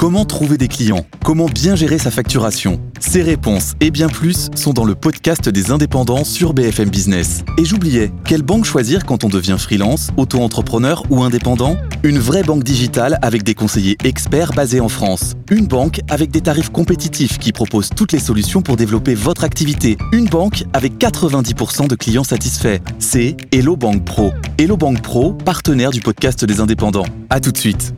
Comment trouver des clients? Comment bien gérer sa facturation? Ces réponses et bien plus sont dans le podcast des indépendants sur BFM Business. Et j'oubliais, quelle banque choisir quand on devient freelance, auto-entrepreneur ou indépendant? Une vraie banque digitale avec des conseillers experts basés en France. Une banque avec des tarifs compétitifs qui propose toutes les solutions pour développer votre activité. Une banque avec 90% de clients satisfaits. C'est Hello Bank Pro. Hello Bank Pro, partenaire du podcast des indépendants. À tout de suite.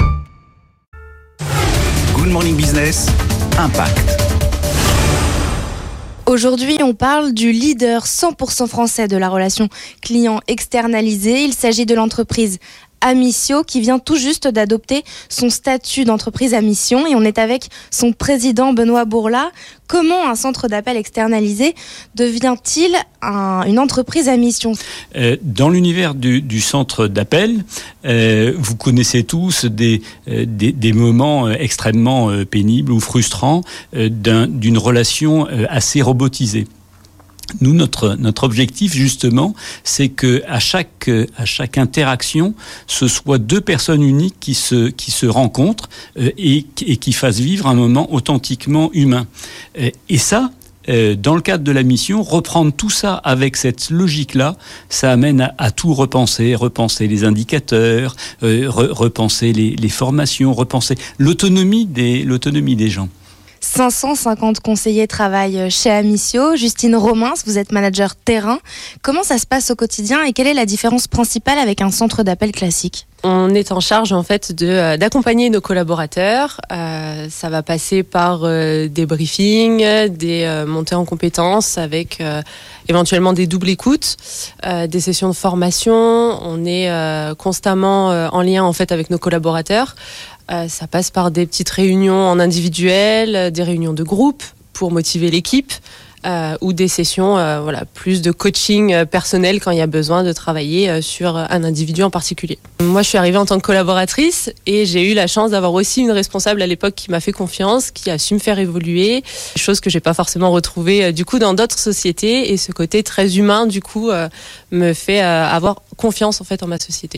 Good Morning Business, Impact. Aujourd'hui, on parle du leader 100% français de la relation client externalisée. Il s'agit de l'entreprise Amissio qui vient tout juste d'adopter son statut d'entreprise à mission et on est avec son président Benoît Bourla. Comment un centre d'appel externalisé devient-il une entreprise à mission ? Dans l'univers du centre d'appel, vous connaissez tous des moments extrêmement pénibles ou frustrants d'une relation assez robotisée. Nous, notre objectif, justement, c'est que à chaque interaction, ce soit deux personnes uniques qui se rencontrent et qui fassent vivre un moment authentiquement humain. Et ça, dans le cadre de la mission, reprendre tout ça avec cette logique-là, ça amène à tout repenser les indicateurs, repenser les formations, repenser l'autonomie des gens. 550 conseillers travaillent chez Amissio. Justine Romins, vous êtes manager terrain. Comment ça se passe au quotidien et quelle est la différence principale avec un centre d'appel classique ? On est en charge en fait d'accompagner nos collaborateurs. Ça va passer par des briefings, des montées en compétences avec éventuellement des doubles écoutes, des sessions de formation. On est constamment en lien en fait avec nos collaborateurs. Ça passe par des petites réunions en individuel, des réunions de groupe pour motiver l'équipe ou des sessions plus de coaching personnel quand il y a besoin de travailler sur un individu en particulier. Moi, je suis arrivée en tant que collaboratrice et j'ai eu la chance d'avoir aussi une responsable à l'époque qui m'a fait confiance, qui a su me faire évoluer, chose que j'ai pas forcément retrouvée du coup dans d'autres sociétés et ce côté très humain du coup me fait avoir confiance en fait en ma société.